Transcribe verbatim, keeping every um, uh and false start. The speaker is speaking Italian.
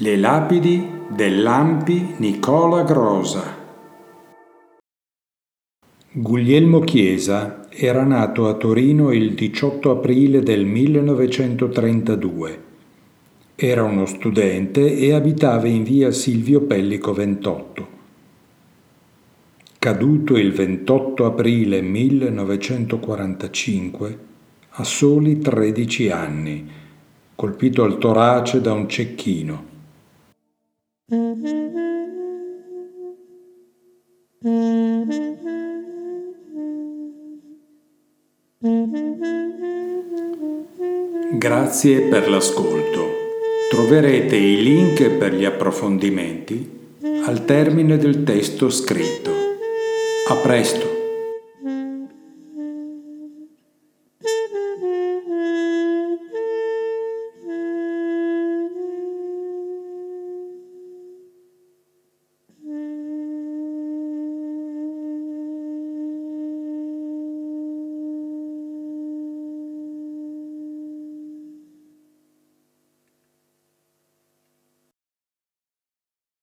Le lapidi dell'Ampi Nicola Grosa. Guglielmo Chiesa era nato a Torino il diciotto aprile del millenovecentotrentadue. Era uno studente e abitava in via Silvio Pellico ventotto. Caduto il ventotto aprile millenovecentoquarantacinque, a soli tredici anni, colpito al torace da un cecchino. Grazie per l'ascolto. Troverete i link per gli approfondimenti al termine del testo scritto. A presto!